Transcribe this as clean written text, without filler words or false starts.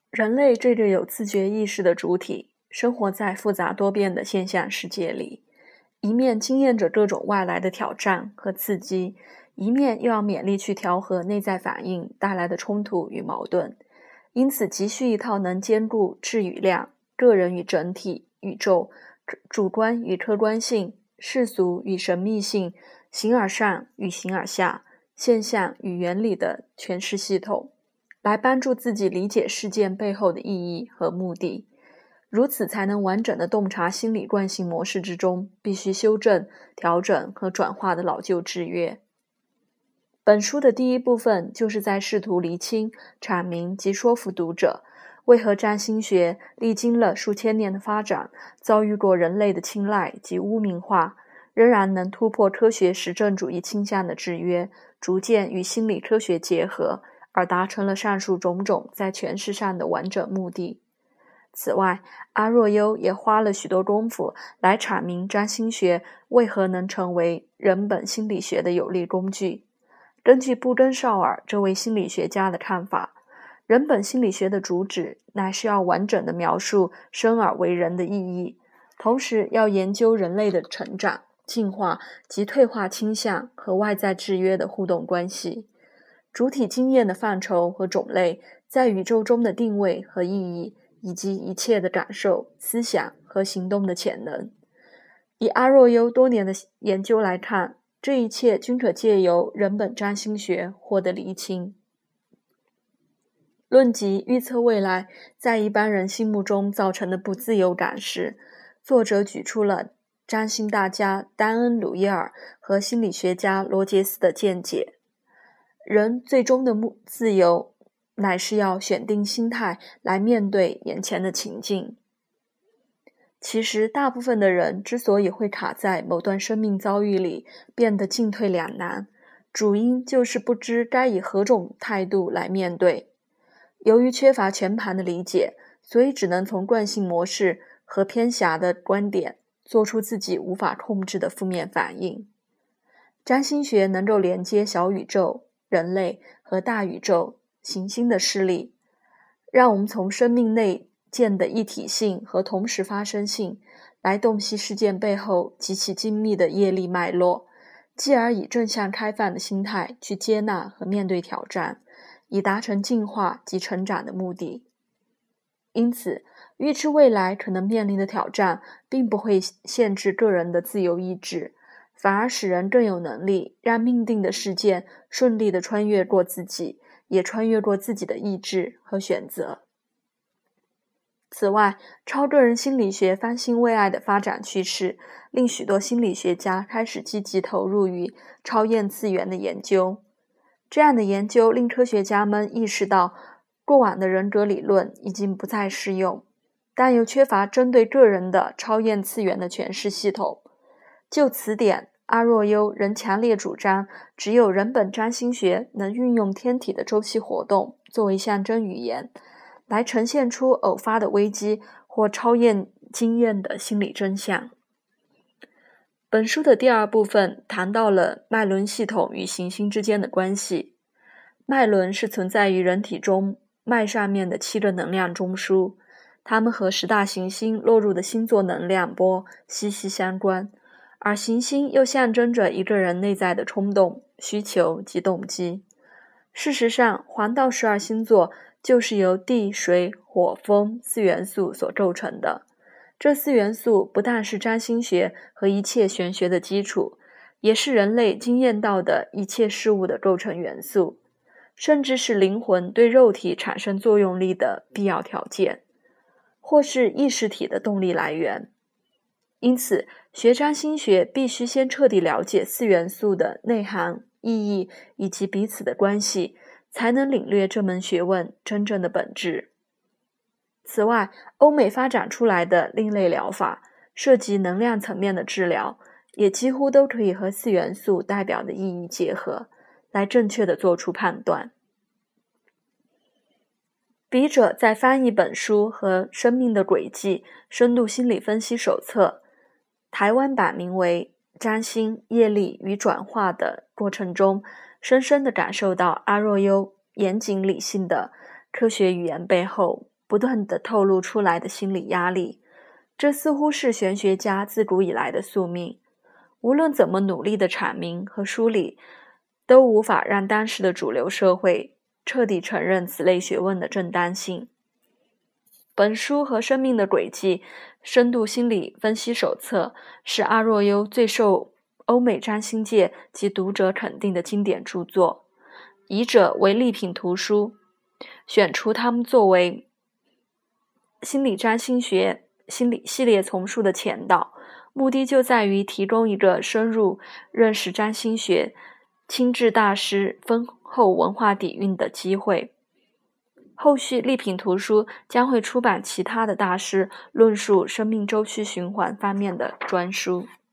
人类这个有自觉意识的主体，生活在复杂多变的现象世界里，一面经验着各种外来的挑战和刺激，一面又要勉力去调和内在反应带来的冲突与矛盾，因此急需一套能兼顾质与量、个人与整体、宇宙、主观与客观性、世俗与神秘性、形而上与形而下、现象与原理的诠释系统，来帮助自己理解事件背后的意义和目的，如此才能完整地洞察心理惯性模式之中必须修正、调整和转化的老旧制约。本书的第一部分就是在试图厘清、阐明及说服读者，为何占星学历经了数千年的发展，遭遇过人类的青睐及污名化，仍然能突破科学实证主义倾向的制约，逐渐与心理科学结合，而达成了上述种种在诠释上的完整目的。此外，阿若优也花了许多功夫来阐明占星学为何能成为人本心理学的有力工具。根据布根绍尔这位心理学家的看法，人本心理学的主旨乃是要完整地描述生而为人的意义，同时要研究人类的成长、进化及退化倾向和外在制约的互动关系。主体经验的范畴和种类，在宇宙中的定位和意义，以及一切的感受、思想和行动的潜能。以阿若优多年的研究来看，这一切均可借由人本占星学获得厘清。论及预测未来在一般人心目中造成的不自由感时，作者举出了占星大家丹恩·鲁耶尔和心理学家罗杰斯的见解。人最终的自由，乃是要选定心态来面对眼前的情境。其实大部分的人之所以会卡在某段生命遭遇里，变得进退两难，主因就是不知该以何种态度来面对。由于缺乏全盘的理解，所以只能从惯性模式和偏狭的观点做出自己无法控制的负面反应。占星学能够连接小宇宙、人类和大宇宙、行星的视力，让我们从生命内建的一体性和同时发生性来洞悉事件背后极其精密的业力脉络，继而以正向开放的心态去接纳和面对挑战，以达成进化及成长的目的。因此，预知未来可能面临的挑战并不会限制个人的自由意志，反而使人更有能力让命定的事件顺利地穿越过自己，也穿越过自己的意志和选择。此外，超个人心理学方兴未艾的发展趋势，令许多心理学家开始积极投入于超验次元的研究。这样的研究令科学家们意识到，过往的人格理论已经不再适用，但又缺乏针对个人的超验次元的诠释系统。就此点，阿若优仍强烈主张，只有人本占星学能运用天体的周期活动作为象征语言，来呈现出偶发的危机或超验经验的心理真相。本书的第二部分谈到了脉轮系统与行星之间的关系。脉轮是存在于人体中脉上面的7个能量中枢，它们和10大行星落入的星座能量波息息相关，而行星又象征着一个人内在的冲动、需求及动机。事实上，黄道12星座就是由地、水、火、风4元素所构成的。这4元素不但是占星学和一切玄学的基础，也是人类经验到的一切事物的构成元素，甚至是灵魂对肉体产生作用力的必要条件，或是意识体的动力来源。因此，学占星学必须先彻底了解4元素的内涵、意义以及彼此的关系，才能领略这门学问真正的本质。此外，欧美发展出来的另类疗法，涉及能量层面的治疗，也几乎都可以和4元素代表的意义结合，来正确地做出判断。笔者在翻译本书和《生命的轨迹：深度心理分析手册》台湾版名为《占星、业力与转化》的过程中，深深地感受到阿若优严谨理性的科学语言背后不断地透露出来的心理压力。这似乎是玄学家自古以来的宿命，无论怎么努力的阐明和梳理，都无法让当时的主流社会彻底承认此类学问的正当性。本书和《生命的轨迹：深度心理分析手册》是阿若优最受欧美占星界及读者肯定的经典著作，译者为丽品图书，选出他们作为心理占星学心理系列丛书的前导，目的就在于提供一个深入认识占星学、亲至大师丰厚文化底蕴的机会。后续丽品图书将会出版其他的大师论述生命周期循环方面的专书。